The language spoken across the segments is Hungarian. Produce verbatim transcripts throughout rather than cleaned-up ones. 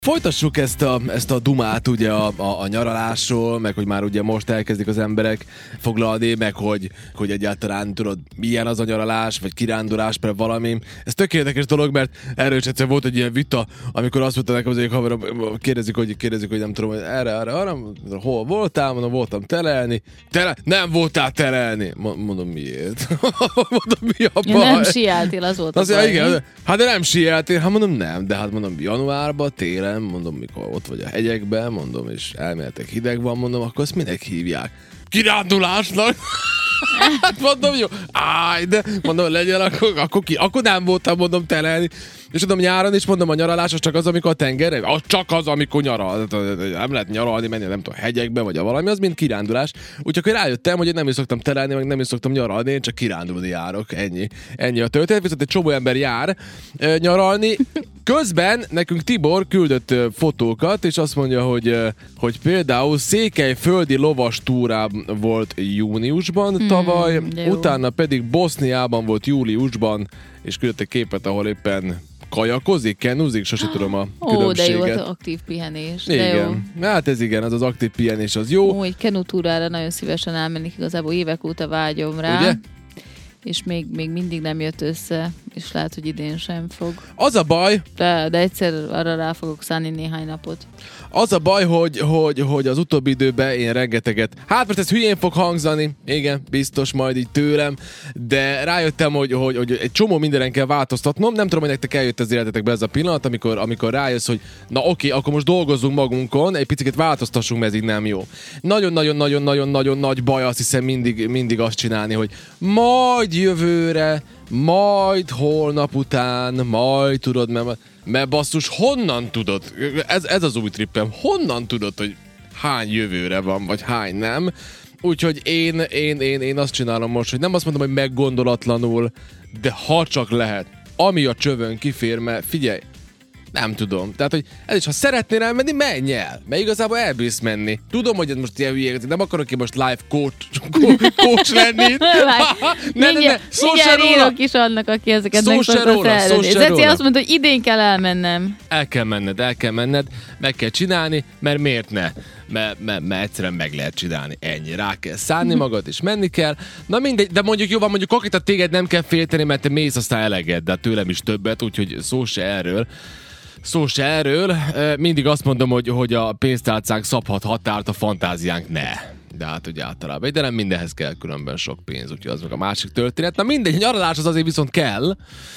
Folytassuk ezt a, ezt a dumát ugye a, a, a nyaralásról, meg hogy már ugye most elkezdik az emberek foglalni, meg hogy, hogy egyáltalán tudod, milyen az a nyaralás, vagy kirándulás, vagy valami. Ez tök érdekes dolog, mert erről is egyszer volt egy ilyen vita, amikor azt mondta nekem az egyik haverom, kérdezik, hogy, kérdezik, hogy nem tudom, hogy erre, erre, arra, hol voltál, mondom, voltam telelni. Tele, nem voltál telelni. Mondom, miért? Mondom, mi a baj? Ja, nem sieltél, az volt az a baj. Igen, hát de nem sieltél, hát mondom, nem, de hát mondom, januárban, télen, mondom, mikor ott vagy a hegyekben, mondom, és elméletek hideg van, mondom, akkor azt minek hívják? Kirándulásnak! Hát mondom, jó, áj, de mondom, legyen, akkor, akkor, ki, akkor nem voltam, mondom, telelni. És mondom, nyáron is mondom, a nyaralás az csak az, amikor a tengerre, az csak az, amikor nyaral. Nem lehet nyaralni, menni, nem tudom, hegyekbe, vagy a valami, az mind kirándulás. Úgyhogy akkor rájöttem, hogy én nem is szoktam telelni, meg nem is szoktam nyaralni, én csak kirándulni járok, ennyi. Ennyi a történet, viszont egy csomó ember jár e, nyaralni. Közben nekünk Tibor küldött e, fotókat, és azt mondja, hogy, e, hogy például Székelyföldi lovas túrán volt júniusban hmm, tavaly, utána pedig Boszniában volt júliusban, és küldött egy képet, ahol éppen kajakozik, kenúzik, sose tudom a különbséget. Ó, de jó, az aktív pihenés. De igen. Jó. Hát ez igen, az az aktív pihenés, az jó. Ó, egy kenutúrára nagyon szívesen elmennék, igazából évek óta vágyom rá. Ugye? És még, még mindig nem jött össze, és lehet, hogy idén sem fog. Az a baj... De, de egyszer arra rá fogok szánni néhány napot. Az a baj, hogy, hogy, hogy az utóbbi időben én rengeteget... Hát most ez hülyén fog hangzani, igen, biztos majd így tőlem, de rájöttem, hogy, hogy, hogy egy csomó mindenen kell változtatnom. Nem tudom, hogy nektek eljött az életetekbe ez a pillanat, amikor, amikor rájössz, hogy na oké, akkor most dolgozzunk magunkon, egy picit változtassunk, mert ez így nem jó. Nagyon-nagyon-nagyon-nagyon-nagyon nagy baj, azt hiszem mindig, mindig azt csinálni, hogy majd jövőre, majd holnap után, majd tudod, mert, mert basszus, honnan tudod? Ez, ez az új trippem. Honnan tudod, hogy hány jövőre van, vagy hány nem? Úgyhogy én, én, én, én azt csinálom most, hogy nem azt mondom, hogy meggondolatlanul, de ha csak lehet, ami a csövön kifér, mert figyelj, nem tudom. Tehát, hogy ez is, ha szeretnél elmenni, menj el. Mert igazából elbírsz menni. Tudom, hogy ez most ilyen hülye, nem akarok én most live coach, coach lenni. ne, ne, ne, szó se róla. Írok is annak, aki ezeket meg szokta szerelni. Zeci azt mondta, hogy idén kell elmennem. El kell menned, el kell menned, meg kell csinálni, mert miért ne? Mert, mert, mert egyszerűen meg lehet csinálni. Ennyi. Rá kell szánni magad, és menni kell. Na mindegy, de mondjuk jó van, mondjuk konkrétan téged nem kell félteni, mert te mész aztán eleged, de tőlem is többet, úgyhogy szó se erről. Szó se erről. Mindig azt mondom, hogy, hogy a pénztárcánk szabhat határt, a fantáziánk ne. De hát ugye általában. De nem mindenhez kell különben sok pénz, úgyhogy az meg a másik történet. Na mindegy, nyaralás az azért viszont kell.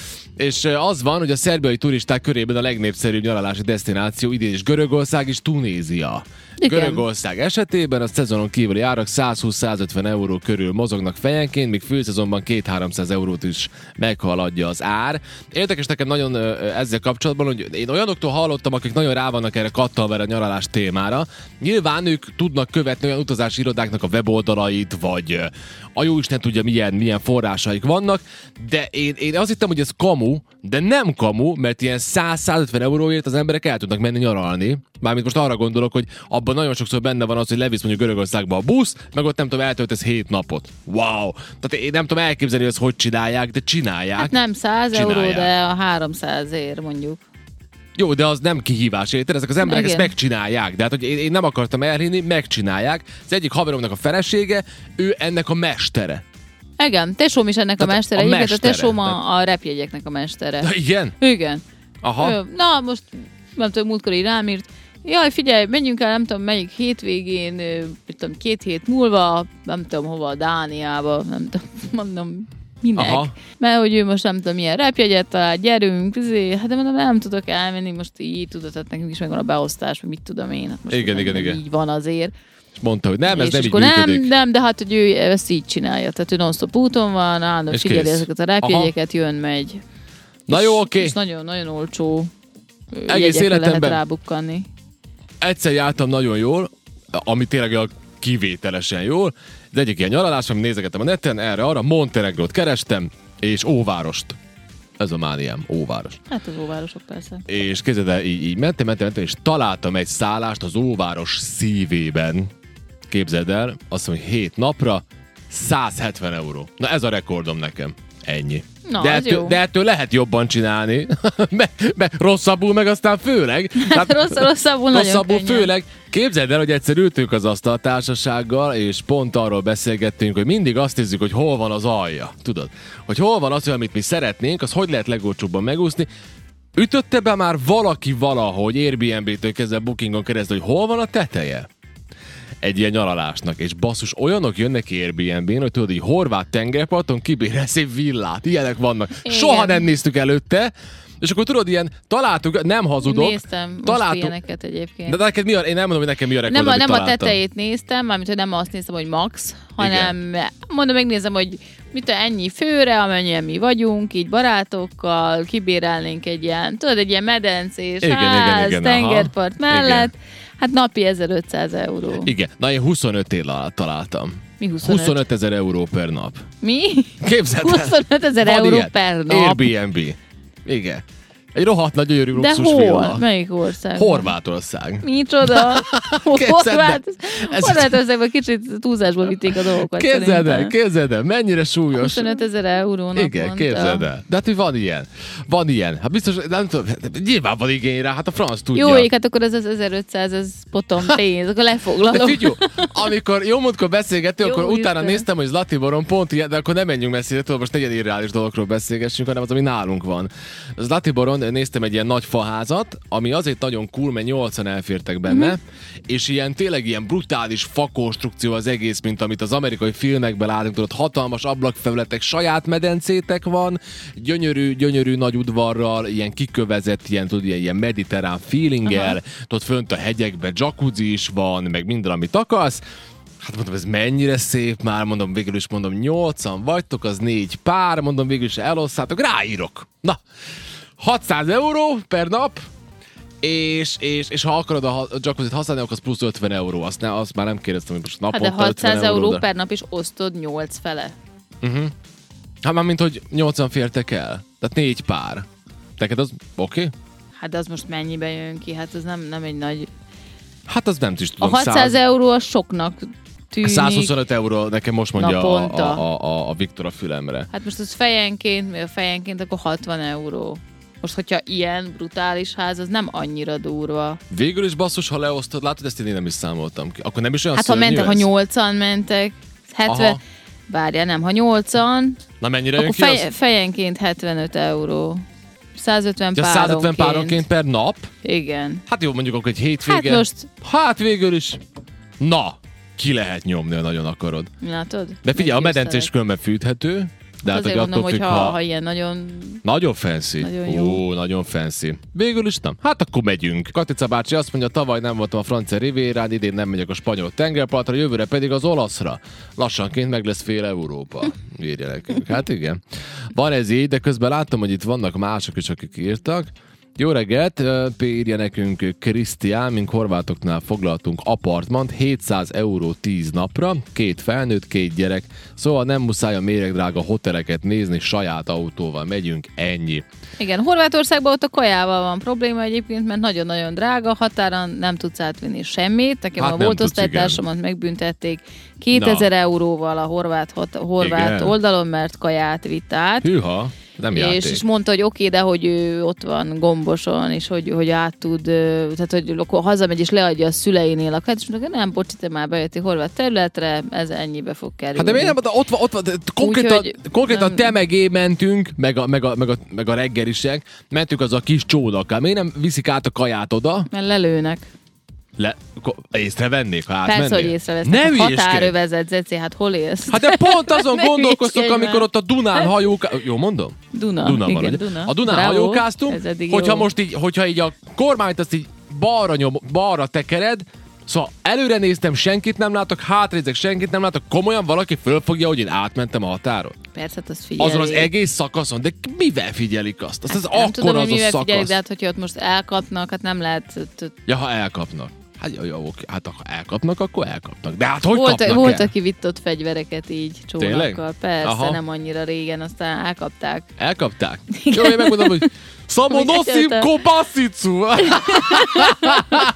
És az van, hogy a szerbiai turisták körében a legnépszerűbb nyaralási desztináció idén is Görögország és Tunézia. Igen. Görögország esetében a szezonon kívüli árak százhúsz-százötven euró körül mozognak fejenként, míg főszezonban kétszáz-háromszáz eurót is meghaladja az ár. Érdekes nekem nagyon ezzel kapcsolatban, hogy én olyanoktól hallottam, akik nagyon rá vannak erre kattalva a nyaralás témára. Nyilván ők tudnak követni olyan utazási irodáknak a weboldalait, vagy a jóisten tudja milyen, milyen forrásaik vannak, de én, én azt hittem, hogy ez kamu, de nem kamu, mert ilyen száz-százötven euróért az emberek el tudnak menni nyaralni. Mármint most arra gondolok, hogy abban nagyon sokszor benne van az, hogy levisz mondjuk Görögországba a busz, meg ott nem tudom, eltöltesz hét napot. Wow! Tehát én nem tudom elképzelni, hogy ezt hogy csinálják, de csinálják. Hát nem száz euró, de a háromszázért mondjuk. Jó, de az nem kihívás, érted? Ezek az emberek igen. Ezt megcsinálják. De hát, hogy én, én nem akartam elhinni, megcsinálják. Az egyik haveromnak a felesége, ő ennek a mestere. Igen, tesóm is ennek tehát a mestere. A, mestere. mestere. A tesóm a, a repjegyeknek a mestere. Na, igen? Igen. Aha. Na, most nem tudom, múltkor így rám írt. Jaj, figyelj, menjünk el, nem tudom, melyik hétvégén, mit tudom, két hét múlva, nem tudom hova, Dániába, nem tudom, mondom, minek. Aha. Mert hogy ő most nem tudom, milyen repjegyet talál, gyerünk, azért, hát de mondom, nem tudok elmenni, most így tudod, hát nekünk is megvan a beosztás, mit tudom én. Hát most igen, igen, igen. Így van azért. És mondta, hogy nem, ez és nem így működik. Nem, nem, de hát, hogy ő ezt így csinálja, tehát ő non-stop úton van, állandóan figyeli kész. Ezeket a repjegyeket, jön, megy. Na és, jó, oké. És nagyon-nagyon olcsó egész életemben lehet rábukkanni. Egyszer jártam nagyon jól, ami tényleg a kivételesen jól. Az egyik ilyen nyaralás, amit nézegettem a neten, erre-arra, Montenegrót kerestem, és Óvárost. Ez a mániám, Óváros. Hát az Óvárosok persze. És képzeld el, így, így mentem, mentem, mentem, és találtam egy szállást az Óváros szívében. Képzeld el, azt mondom, hogy hét napra százhetven euró. Na ez a rekordom nekem. Ennyi. Na, de, az ettől, jó. de ettől lehet jobban csinálni. be, be, rosszabbul meg aztán főleg. Hát rossz, rosszabbul nagyon rosszabbul könnyen. főleg. Képzeld el, hogy egyszer ültünk az asztaltársasággal, és pont arról beszélgettünk, hogy mindig azt nézzük, hogy hol van az alja. Tudod? Hogy hol van az, amit mi szeretnénk, az hogy lehet legolcsóbban megúszni. Ütötte be már valaki valahogy Airbnb-től kezdve Bookingon keresztül, hogy hol van a teteje? Egy ilyen nyaralásnak, és basszus, olyanok jönnek Airbnb-n, hogy tudod, hogy horvát tengerparton kibérelsz egy villát. Ilyenek vannak. Igen. Soha nem néztük előtte, és akkor tudod, ilyen találtuk, nem hazudok. Néztem most találtuk, ilyeneket egyébként. de neked mi a, én nem mondom, hogy nekem mi a rekord, Nem, a, amit nem a találtam. tetejét néztem, mármint, hogy nem azt néztem, hogy max, hanem Igen. mondom, megnézem, hogy mit ennyi főre, amennyien mi vagyunk, így barátokkal, kibérelnénk egy ilyen, tudod, egy ilyen medencés Igen, ház, igen, igen, tengerpart aha. mellett, Igen. hát napi ezerötszáz euró. Igen, na én huszonöt ér találtam. Mi huszonöt? huszonöt ezer euró per nap. Mi? Képzeld el. huszonöt ezer Van euró ilyen. per nap. Airbnb. Igen. Egy rohadt nagy gyönyörű De luxus hol? villa. Melyik ország? Horvátország. Micsoda? Képzeld el. Ez- Horvátországban kicsit túlzásból vitték a dolgokat. Képzeld el, szerintem. képzeld el, mennyire súlyos. huszonöt ezer euró naponta. Igen, képzeld el. De hát, hogy van ilyen. Van ilyen. Hát biztos, nem tudom, nyilván van igény rá, hát a franc tudja. Jó, ég, hát akkor ez az ezerötszáz, ez potom pénz, akkor De lefoglalom. figyelj, amikor jó múltkor beszélgettünk, Jó akkor utána Isten. néztem, hogy Zlatiboron pont ilyen, de akkor nem menjünk messzire, tudod, most ne ilyen irreális dolgokról beszélgessünk, hanem az, ami nálunk van. Zlatiboron néztem egy ilyen nagy faházat, ami azért nagyon cool, mert nyolcan elfértek benne, mm-hmm. és ilyen tényleg ilyen brutális fakonstrukció az egész, mint amit az amerikai filmekben látunk, tudod, hatalmas ablakfelületek, saját medencétek van, gyönyörű, gyönyörű nagy udvarral, ilyen kikövezett, ilyen, tudod, ilyen, ilyen mediterrán feelinggel, tudod, fönt a hegyekben jacuzzi is van, meg minden, amit akarsz. Hát mondom, ez mennyire szép már, mondom, végül is mondom, nyolcan vagytok, az négy pár, mondom, végül is elosszátok, ráírok. Na, hatszáz euró per nap, és, és, és ha akarod a jacuzzit használni, akkor az plusz ötven euró. Azt, ne, azt már nem kérdeztem, hogy most Hát naponta de hatszáz ötven euró de... per nap is osztod nyolc fele. Uh-huh. Hát már mint, hogy nyolcan fértek el. Tehát négy pár. Neked az oké? Okay? Hát de az most mennyibe jön ki? Hát az nem, nem egy nagy... Hát az nem is A tudom. hatszáz euró az soknak tűnik. százhuszonöt euró nekem most mondja a, Naponta. a, a, a Viktor a fülemre. Hát most az fejenként, mi a fejenként, akkor hatvan euró. Most, hogyha ilyen brutális ház, az nem annyira durva. Végül is basszus, ha leosztod, látod, ezt én nem is számoltam ki. Akkor nem is olyan Hát ha szörnyű mentek, ha ez? nyolcan mentek, hetven, Aha. várjál, nem, ha nyolcan, Na mennyire jön akkor ki fej, az? fejenként hetvenöt euró. százötven Ja, páronként. százötven páronként per nap? Igen. Hát jó, mondjuk akkor egy hétvége. Hát most, Hát végül is. Na, ki lehet nyomni, ha nagyon akarod. látod? De figyelj, a Meggyőztelek. medencés különben fűthető, de hát, Azért hogy mondom, attól hogy függ, ha, ha... ha ilyen nagyon... Nagyon fancy. Nagyon jó. Ó, nagyon fancy. Végül is nem. Hát akkor megyünk. Katica bácsi azt mondja, tavaly nem voltam a francia rivérán, idén nem megyek a spanyol tengerpartra, jövőre pedig az olaszra. Lassanként meg lesz fél Európa. Írja nekünk. Hát igen. Van ez így, de közben láttam, hogy itt vannak mások is, akik írtak. Jó reggelt, írja nekünk Krisztián, mink horvátoknál foglaltunk apartmant, hétszáz euró tíz napra, két felnőtt, két gyerek, szóval nem muszáj a méregdrága hoteleket nézni, saját autóval megyünk, ennyi. Igen, Horvátországban ott a kajával van probléma egyébként, mert nagyon-nagyon drága, határon nem tudsz átvinni semmit. Nekem Hát a nem volt tudsz, osztálytársamat megbüntették kétezer euróval a horvát, hat, horvát Igen. oldalon, mert kaját vitt át. Hűha, nem játék. És, és mondta, hogy oké, okay, de hogy ő ott van Gomboson, és hogy, hogy át tud, ö, tehát hogy akkor hazamegy és leadja a szüleinél a kaját, és mondta, nem, bocsi, te már bejöttél horvát területre, ez ennyibe fog kerülni. Hát de miért nem, de ott van, ott van, de konkrétan, Úgyhogy konkrétan nem- te meg én mentünk, meg a, meg, a, meg, a, meg a reggelisek, mentünk az a kis csónakkal. Miért nem viszik át a kaját oda? Mert lelőnek. Le, akkor észrevennék, ha átmennél? Persze, hogy észrevesznek. Ne Hát hülyéskedj! határövezet, Zeci, hát hol élsz? Hát de pont azon Ne gondolkoztok, hülyéskedj amikor már. ott a Dunán hajók... Jó mondom? Duna. Duna igen, van, ugye? Duna. A Dunán Bravo, hajókáztunk, ez eddig hogyha jó. most így, hogyha így a kormányt azt így balra, nyom, balra tekered, szóval előre néztem, senkit nem látok, hátrézek, senkit nem látok, komolyan valaki fölfogja, hogy én átmentem a határon. Persze, hát azt figyelik. Azon az egész szakaszon, de mivel figyelik azt? Azt az Nem akkor tudom, az hogy a mivel szakasz. figyelik, de hát hogyha ott most elkapnak, hát nem lehet... t- Ja, ha elkapnak. Hát jó, jó, oké. Hát ha elkapnak, akkor elkapnak. De hát hogy Volt, kapnak volt el? aki vitt ott fegyvereket így Tényleg? csónakkal. Persze, Aha. nem annyira régen, aztán elkapták. Elkapták? Jó, én megmondom, hogy Samo Hogy nosim egyáltalán- kobasicu! Igen,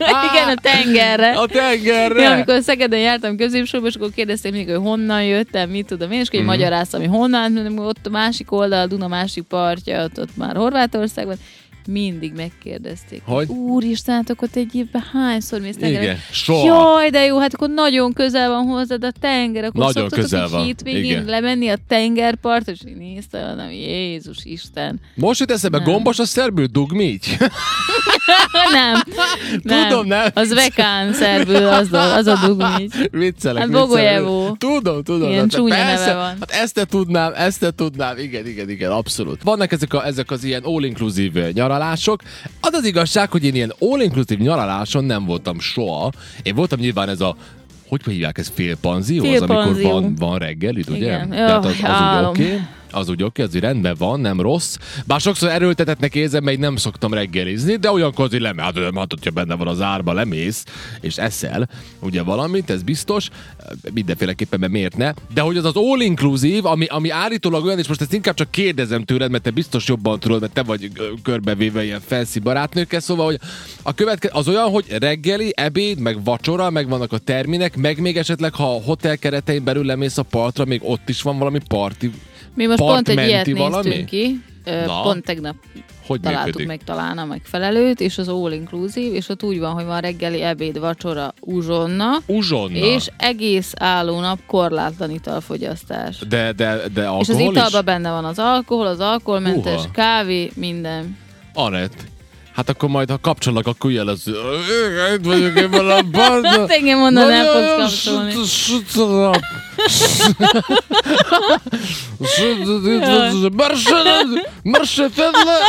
Igen, a tengerre. A tengerre. Ja, amikor Szegeden jártam középsőbe, és akkor kérdezték még, hogy honnan jöttem, mit tudom én, és akkor mm. magyaráztam, hogy honnan, ott a másik oldal, a Duna másik partja, ott, ott már Horvátországban. Mindig megkérdezték. Hogy? Úristen, hát akkor egy évben hányszor mész tengerre? Igen, soha. Jaj, de jó, hát akkor nagyon közel van hozzád a tenger, akkor nagyon közel van. Hétvégén Igen. lemenni a tengerpart, és nézte, hanem Jézus Isten. Most jut eszembe, gombos a szerbül dugmigy? nem. Tudom, nem. Az vekán szerbül, az a, az a dugmigy. Viccelek, hát viccelek. Bogojevó. Tudom, tudom. Ilyen hát csúnya persze, neve van. Hát ezt te tudnám, ezt te tudnám. Igen, igen, igen, abszolút. Vannak ezek, a, ezek az ilyen all-inclusive nyaralások. Az az igazság, hogy én ilyen all-inclusive nyaraláson nem voltam soha. Én voltam nyilván ez a hogy hívják ez, félpanzió? Az, amikor van, van reggelid, ugye? Igen. Tehát az, az úgy oké. Okay. Az úgy oké, az úgy rendben van, nem rossz. Bár sokszor erőltetetnek érzem, mert nem szoktam reggelizni, de olyankor azért lemegy, hát, hát hogyha benne van az árba, lemész, és eszel, ugye valamit, ez biztos, mindenféleképpen, mert miért ne. De hogy az az all-inclusive, ami, ami állítólag olyan, és most ezt inkább csak kérdezem tőled, mert te biztos jobban tudod, mert te vagy körbevéve ilyen fancy barátnőkkel, szóval, hogy a következő, az olyan, hogy reggeli, ebéd, meg vacsora, meg vannak a terminek, meg még esetleg, ha a hotel keretein belül lemész a partra, még ott is van valami parti. Mi most pont egy ilyet valami? néztünk ki, Na. pont tegnap hogy találtuk működik? meg talán a megfelelőt, és az all-inclusive, és ott úgy van, hogy van reggeli, ebéd, vacsora, uzsonna, uzsonna. és egész álló nap korlátlan italfogyasztás. De, de, de alkohol és az italban is? benne van az alkohol, az alkoholmentes, Uha. kávé, minden. Anett. Hát akkor majd, ha kapcsolnak, akkor jel az... Itt vagyok én valami... Hát engem onnan nem fogsz kapcsolni. Marse fedle!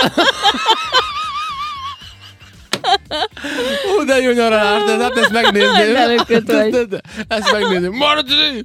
Hú, de jó nyaralás, de hát ezt megnézném. Ezt, ezt megnézném. Marci!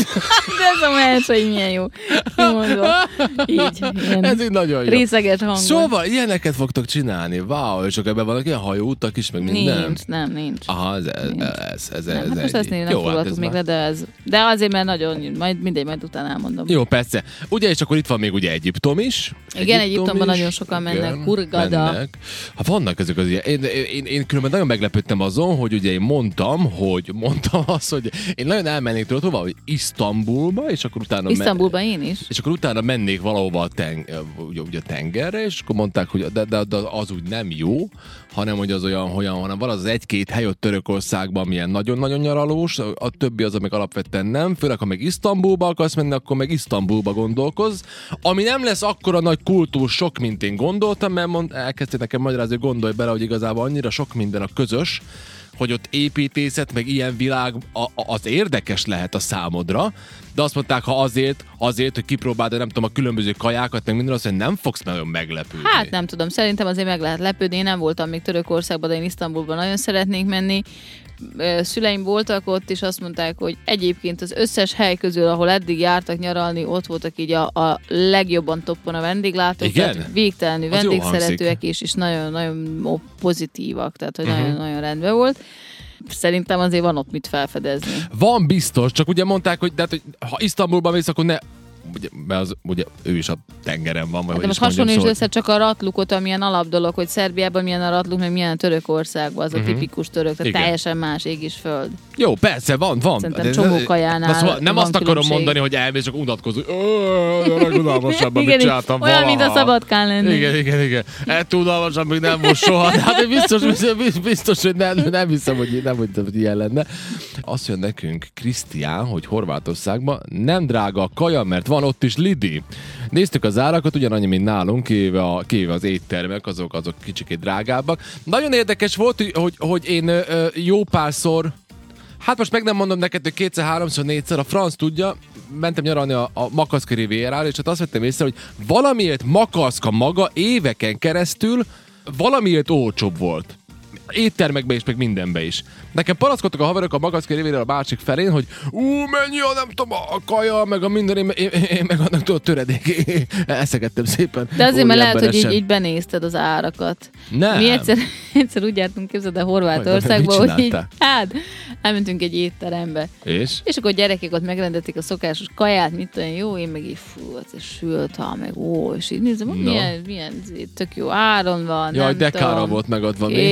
De ez a meccs, hogy milyen jó. Kimondva. Így, ilyen ez így nagyon jó. részeges hangon. Szóval ilyeneket fogtok csinálni. Wow, és akkor ebben vannak ilyen hajóutak is, meg minden. Nincs, nem, nincs. Aha, ez, ez, ez, ez, nem, ez hát most ezt nem jó, foglalkozunk hát még le, de, ez, de azért, mert nagyon, majd mindegy, majd utána elmondom. Jó, persze. Ugye, és akkor itt van még ugye Egyiptom is. Igen, Egyiptomban nagyon sokan mennek. Hurgada. Mennek. Ha vannak ezek az ilyen... Én, én, én különben nagyon meglepődtem azon, hogy ugye én mondtam, hogy mondtam azt, hogy én nagyon elmennék tőle hova, hogy Isztambulba, és akkor utána... Isztambulba men... én is. És akkor utána mennék valahova a, teng... ugye, ugye a tengerre, és akkor mondták, hogy de, de, de az úgy nem jó, hanem hogy az olyan, olyan hanem van az egy-két hely ott Törökországban, milyen nagyon-nagyon nyaralós, a többi az, amik alapvetően nem, főleg ha meg Isztambulba akarsz menni, akkor meg Isztambulba gondolkozz, ami nem lesz akkora nagy kultúr sok, mint én gondoltam, mert mond, elkezdték nekem magyarázni, hogy gondolj bele, hogy igazából annyira sok minden a közös, hogy ott építészet, meg ilyen világ a, a, az érdekes lehet a számodra, de azt mondták, ha azért, azért, hogy kipróbáld, nem tudom, a különböző kajákat, meg minden, azt mondja, nem fogsz nagyon meglepődni. Hát nem tudom, szerintem azért meg lehet lepődni. Én nem voltam még Törökországban, de én Isztambulban nagyon szeretnék menni. Szüleim voltak ott, és azt mondták, hogy egyébként az összes hely közül, ahol eddig jártak nyaralni, ott voltak így a, a legjobban toppon a vendéglátók, tehát végtelenül vendégszeretőek is, és nagyon-nagyon pozitívak, tehát hogy uh-huh. nagyon-nagyon rendben volt. Szerintem azért van ott mit felfedezni. Van biztos, csak ugye mondták, hogy, de hát, hogy ha Isztambulban mész, akkor ne... Ugye, mert az, ugye ő is a tengeren van. Vagy hát de most hasonlítsd össze csak a ratlukot, amilyen alapdolog, hogy Szerbiában milyen a ratluk, meg milyen a Törökországban, az uh-huh. a tipikus török, tehát igen. Teljesen más ég és föld. Jó, persze, van, van. Szerintem csomó kajánál szóval nem azt akarom különbség. mondani, hogy elmész, csak unatkozol, hogy legunalmasabban mit csináltam olyan, valaha. mint a Szabadkán lenni. Igen, igen, igen. Egy unalmasabb még nem volt soha. De hát biztos, biztos, biztos hogy nem, nem hiszem, hogy nem hiszem, hogy ilyen lenne. Azt jön nekünk Krisztián, hogy Horvátországban nem drága a kaja, mert van ott is Lidi. Néztük az árakat, ugyanannyi, mint nálunk, kivéve, a, kivéve az éttermek, azok, azok kicsikét drágábbak. Nagyon érdekes volt, hogy, hogy én ö, jó párszor, hát most meg nem mondom neked, hogy kétszer, háromszor, négyszer, a franc tudja, mentem nyaralni a, a Makaszka Rivierára, és hát azt vettem észre, hogy valamiért Makaszka maga éveken keresztül valamiért olcsóbb volt. Éttermekbe is, meg mindenbe is. Nekem panaszkodtak a haverok a Makaszka Rivierára a másik felén, hogy ú, mennyi a nem tudom, a kaja, meg a minden, én, én, én meg annak tudod töredék. Eszegettem szépen. De azért, mert lehet, hogy így, így benézted az árakat. Nem. Mi egyszer, egyszer úgy jártunk, képzeld a Horvátországba, hogy így, hát, elmentünk egy étterembe. És? És akkor a gyerekek ott megrendelték a szokásos kaját, mit tudom, jó, én meg így fú, ez sült, ha, meg ó, és így nézem, no. milyen, milyen tök jó áron van. Jaj, dekára volt megadva még. Vagy mi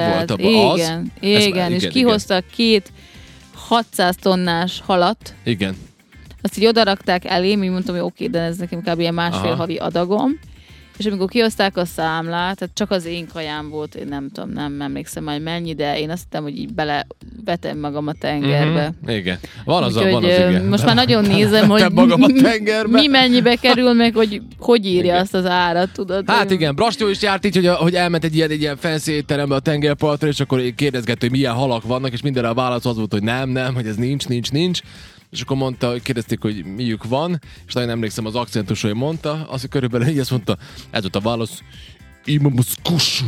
volt abban? Az? Igen, igen, igen, és igen, kihoztak két hatszáz tonnás halat. Igen. Azt így odarakták elém, így mondtam, hogy oké, de ez nekem kb. Ilyen másfél Aha. havi adagom. És amikor kihozták a számlát, tehát csak az én kajám volt, én nem tudom, nem emlékszem már mennyi, de én azt hittem, hogy így belevetem magam a tengerbe. Mm-hmm. Igen. Van az, Úgyhogy, van az, igen. Most már nagyon nézem, hogy magam a tengerbe. mi mennyibe kerül, meg hogy hogy írja Igen. azt az árat, tudod? Hát igen, Brastó is járt így, hogy, a, hogy elment egy ilyen, egy ilyen fancy étterembe a tengerpartra, és akkor kérdezgette, hogy milyen halak vannak, és mindenre a válasz az volt, hogy nem, nem, hogy ez nincs, nincs, nincs. És akkor mondta, kérdezték, hogy miük van, és nagyon emlékszem az akcentusra, hogy mondta, azt körülbelül így ezt mondta, ez volt a válasz, imamuszkusú.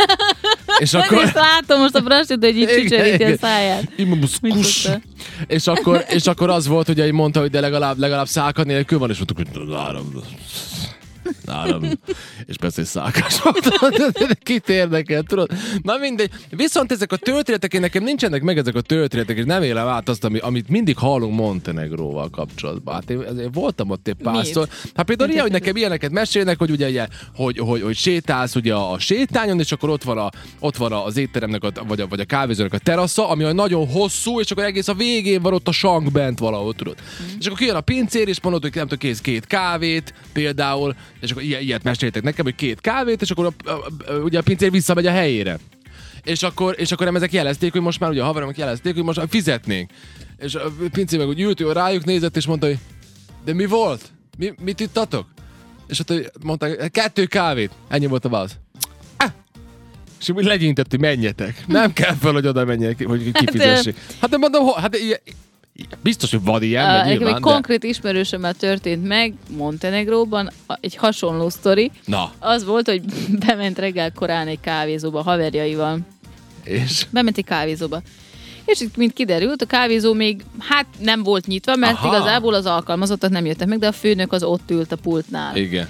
És akkor... Ezt látom most a Brastit, hogy így csücsöríti a száját. Imamuszkusú. És akkor, és akkor az volt, hogy így mondta, hogy de legalább, legalább száka nélkül van, és mondtuk, hogy nálam, nálam. És persze egy szákás volt. Kit érdekel, tudod? Na mindegy. Viszont ezek a történetek, én nekem nincsenek meg ezek a történetek, és nem élem át azt, amit mindig hallunk Montenegróval kapcsolatban. Hát én, én voltam ott egy párszor. Hát például ilyen, hogy nekem ilyeneket mesélnek, hogy ugye, ugye hogy, hogy, hogy sétálsz ugye a sétányon, és akkor ott van, a, ott van az étteremnek, a, vagy, a, vagy a kávézónak a terasza, ami olyan nagyon hosszú, és akkor egész a végén van ott a sank bent valahol, tudod. Mm. És akkor kijön a pincér, és mondod, hogy nem tudom, kész két kávét például, és akkor ilyet meséltek nekem, hogy két kávét, és akkor a, a, a, ugye a pincér visszamegy a helyére. És akkor, és akkor nem ezek jelezték, hogy most már ugye a haveromok jelezték, hogy most már fizetnénk. És a pincér meg úgy ült, ő rájuk nézett, és mondta, hogy de mi volt? Mi, mit ittatok? És ott mondták, kettő kávét. Ennyi volt a válasz. Ah! És úgy legyintett, hogy menjetek. Nem kell fel, hogy oda menjenek, hogy kifizessék. Hát nem mondom, hát ilyen, biztos, hogy van ilyen, uh, nyilván, egy de... konkrét ismerősömmel történt meg Montenegróban egy hasonló sztori. Na. Az volt, hogy bement reggel korán egy kávézóba haverjaival. És? Bement egy kávézóba. És itt, mint kiderült, a kávézó még hát nem volt nyitva, mert Aha. igazából az alkalmazottak nem jöttek meg, de a főnök az ott ült a pultnál. Igen.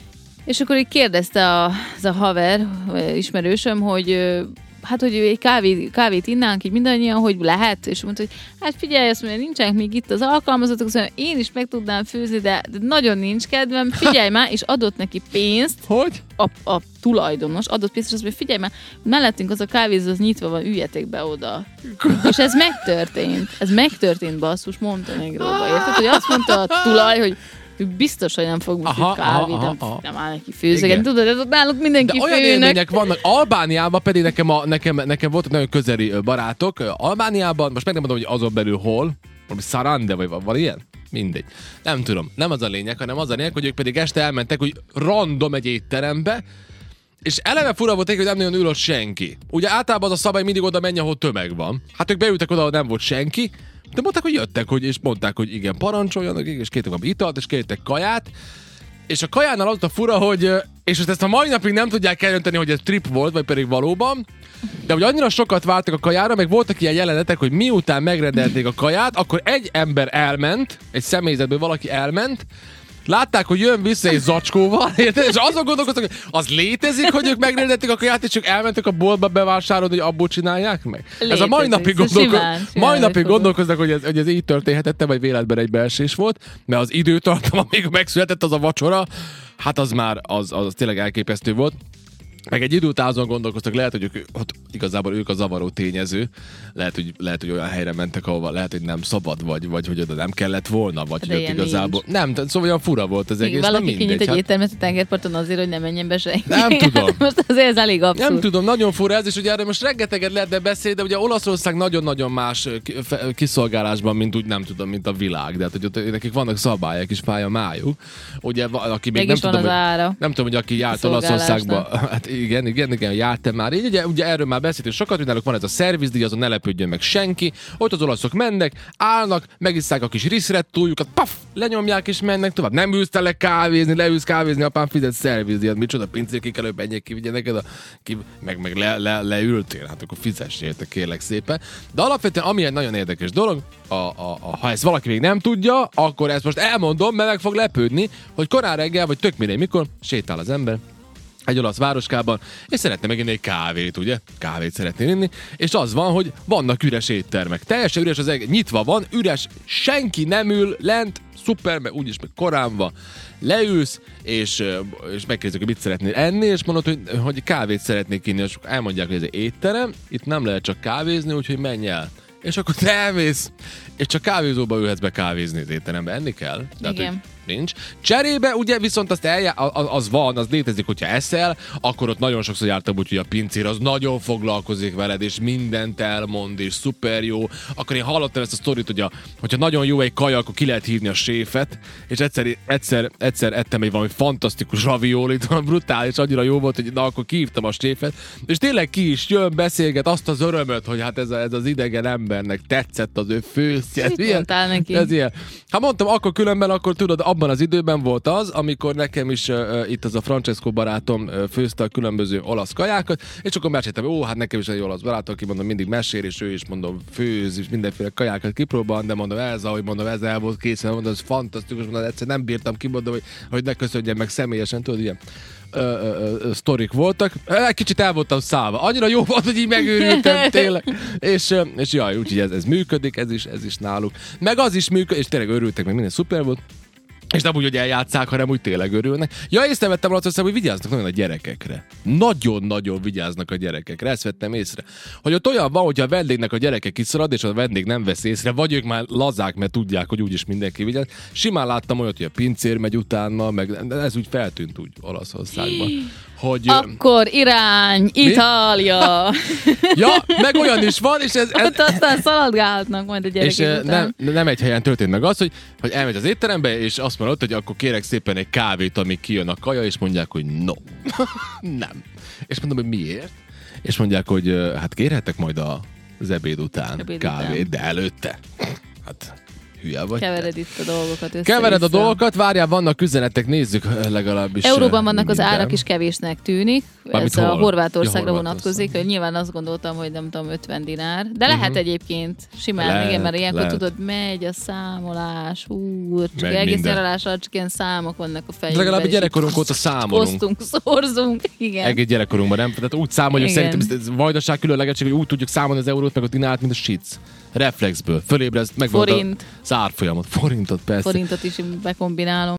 És akkor így kérdezte a, az a haver, ismerősöm, hogy hát, hogy egy kávé, kávét innánk így mindannyian, hogy lehet, és mondta, hogy hát figyelj, azt mondja, nincsenek még itt az alkalmazottak, azt mondja, én is meg tudnám főzni, de, de nagyon nincs kedvem, figyelj már, és adott neki pénzt. Hogy? A, a tulajdonos adott pénzt, és azt mondja, figyelj már, mellettünk az a kávézó, az nyitva van, üljetek be oda. És ez megtörtént. Ez megtörtént, basszus, Montenegróba, érted? Hogy azt mondta a tulaj, hogy biztos, hogy nem fog most aha, kávét, aha, nem, aha. nem áll neki főzegen. Tudod, ez ott náluk mindenki de olyan főnök. élmények vannak. Albániában pedig nekem, a, nekem, nekem voltak nagyon közeli barátok. Albániában, most meg nem mondom, hogy azon belül hol, valami Sarande, vagy van ilyen? Mindegy. Nem tudom. Nem az a lényeg, hanem az a lényeg, hogy ők pedig este elmentek, hogy random egy étterembe, és eleve fura volt, hogy nem nagyon ül ott senki. Ugye általában az a szabály, mindig oda menj, ahol tömeg van. Hát ők beültek oda, ahol nem volt senki, de mondták, hogy jöttek, hogy, és mondták, hogy igen, parancsoljanak, és kértek valami italt, és kértek kaját. És a kajánál az a fura, hogy, és most ezt a mai napig nem tudják eldönteni, hogy ez trip volt, vagy pedig valóban, de hogy annyira sokat vártak a kajára, meg voltak ilyen jelenetek, hogy miután megrendelték a kaját, akkor egy ember elment, egy személyzetből valaki elment, látták, hogy jön vissza egy zacskóval, érted? És azon gondolkoztak, hogy az létezik, hogy ők megrendelték a kaját, és csak elmentek a boltba bevásárolni, hogy abból csinálják meg? Létezik. Ez a mai napig, gondolko- simán, simán mai napig gondolkoznak, hogy ez, hogy ez így történhetett, vagy véletben egy beesés volt, mert az időtartam, amíg megszületett az a vacsora, hát az már, az, az tényleg elképesztő volt. Meg egy idő után azon gondolkoztak, lehet, hogy ők, ott igazából ők a zavaró tényező, lehet, hogy, lehet, hogy olyan helyre mentek, ahova lehet, hogy nem szabad, vagy, vagy hogy oda nem kellett volna, vagy de hogy ott igazából... Nincs. Nem, szóval olyan fura volt az egész, valaki nem mindegy. kinyit egy hát... éttermet a tengerparton azért, hogy nem menjen be senki. Nem tudom. Most azért ez elég abszurd. Nem tudom, nagyon fura ez, és ugye erről most rengeteget lehetne beszélni, de ugye Olaszország nagyon-nagyon más kiszolgálásban, mint úgy nem tudom, mint a világ, de hát, hogy ott nekik vannak szabályok is, fáj a májuk. Ugye, aki még nem tudom, hogy, nem tudom, hogy aki járt Olaszországba, hát igen, igen, igen, jártam már. Így, ugye, ugye erről már beszéltünk sokat, hogy náluk van ez a szervizdíj, azon ne lepődjön meg senki. Ott az olaszok mennek, állnak, megisszák a kis riszrettújukat, paf, lenyomják és mennek tovább. Nem ülsz le kávézni, leülsz kávézni, apám fizet szervizdíjat, micsoda pincékig előbb menjék ki, vigye neked a, ki, meg, meg le, le, leültél, hát akkor fizess érte, kérlek szépen. De alapvetően ami egy nagyon érdekes dolog, a, a, a, ha ezt valaki még nem tudja, akkor ezt most elmondom, mert meg fog lepődni, hogy korán reggel, vagy tök mindegy mikor sétál az ember, egy olasz városkában, és szeretne meginni egy kávét, ugye? Kávét szeretné inni, és az van, hogy vannak üres éttermek. Teljesen üres az egész, nyitva van, üres, senki nem ül lent, szuper, mert úgyis meg korán van. Leülsz, és, és megkérdezik, hogy mit szeretnél enni, és mondod, hogy, hogy kávét szeretnék inni, és elmondják, hogy ez egy étterem, itt nem lehet csak kávézni, úgyhogy menj el. És akkor te elmész, és csak kávézóba ülhetsz be kávézni az étterembe, enni kell. Tehát, igen. Nincs. Cserébe ugye viszont azt eljá, az van, az létezik, hogyha eszel, akkor ott nagyon sokszor jártam úgy, hogy a pincér az nagyon foglalkozik veled, és mindent elmond, és szuper jó. Akkor én hallottam ezt a sztorit, hogy a, hogyha nagyon jó egy kaja, akkor ki lehet hívni a séfet, és egyszer, egyszer, egyszer ettem egy valami fantasztikus raviolit, valami brutális, annyira jó volt, hogy na, akkor kihívtam a séfet, és tényleg ki is jön, beszélget azt az örömöt, hogy hát ez, a, ez az idegen embernek tetszett az ő főztje. Ez ilyen, neki? ez ilyen. Hát mondtam, akkor különben, akkor tudod, abban az időben volt az, amikor nekem is uh, itt az a Francesco barátom uh, főzte a különböző olasz kajákat, és akkor meséltem, ó, hát nekem is egy olasz barátom, aki mondom mindig mesél, és ő is mondom főz, és mindenféle kajákat kipróbál, de mondom ez, ahogy mondom, ez el volt készen, mondom, ez fantasztikus, mondom, egyszer nem bírtam ki, mondom, hogy, hogy ne köszönjem meg személyesen, tudod, ilyen ö, ö, ö, sztorik voltak. Egy kicsit el voltam szállva. Annyira jó volt, hogy így megőrültem tényleg. És, és jaj, úgyhogy ez, ez működik, ez is, ez is náluk. Meg az is működik, és tényleg örültek, meg minden szuper volt. És nem úgy, hogy eljátszák, hanem úgy tényleg örülnek. Ja, észrevettem alatt, hogy vigyáznak nagyon a gyerekekre. Nagyon-nagyon vigyáznak a gyerekekre. Ezt vettem észre. Hogy ott olyan van, hogyha a vendégnek a gyereke kiszalad, és a vendég nem vesz észre, vagy ők már lazák, mert tudják, hogy úgyis mindenki vigyáz. Simán láttam olyat, hogy a pincér megy utána, meg ez úgy feltűnt úgy Olaszországban. Hogy, akkor irány, mi? Itália! Ja, meg olyan is van, és ez... ez... Ott aztán szaladgálhatnak majd a gyerekek és után. Nem, nem egy helyen történt meg az, hogy, hogy elmegy az étterembe, és azt mondod, hogy akkor kérek szépen egy kávét, amíg kijön a kaja, és mondják, hogy no. Nem. És mondom, hogy miért? És mondják, hogy hát kérhetek majd a, az ebéd után ebéd kávét, után. De előtte. Hát... hülye vagy. Kevered itt a dolgokat össze. Kevered a dolgokat, várjál, vannak üzenetek, nézzük legalábbis. Euróban vannak minden. Az árak is kevésnek tűnik. Mármint ez hol? a Horvátországra ja, vonatkozik, hogy nyilván azt gondoltam, hogy nem tudom, ötven dinár. De lehet uh-huh. egyébként simán, lehet, igen, mert ilyenkor lehet. Tudod, megy a számolás, úr, csak megy egész nyaralással csak ilyen számok vannak a fejünkben. Legalább a gyerekkorunk óta számolunk. Osztunk, szorzunk, igen. Egész gyerekkorunkban nem, tehát úgy számoljuk, igen. Szerintem ez vajdaság különlegesség, hogy úgy tudjuk számolni az eurót, meg a dinárt, mint a sic. Reflexből. Fölébredsz, megvan a szárfolyamot. Forintot, persze. Forintot is bekombinálom.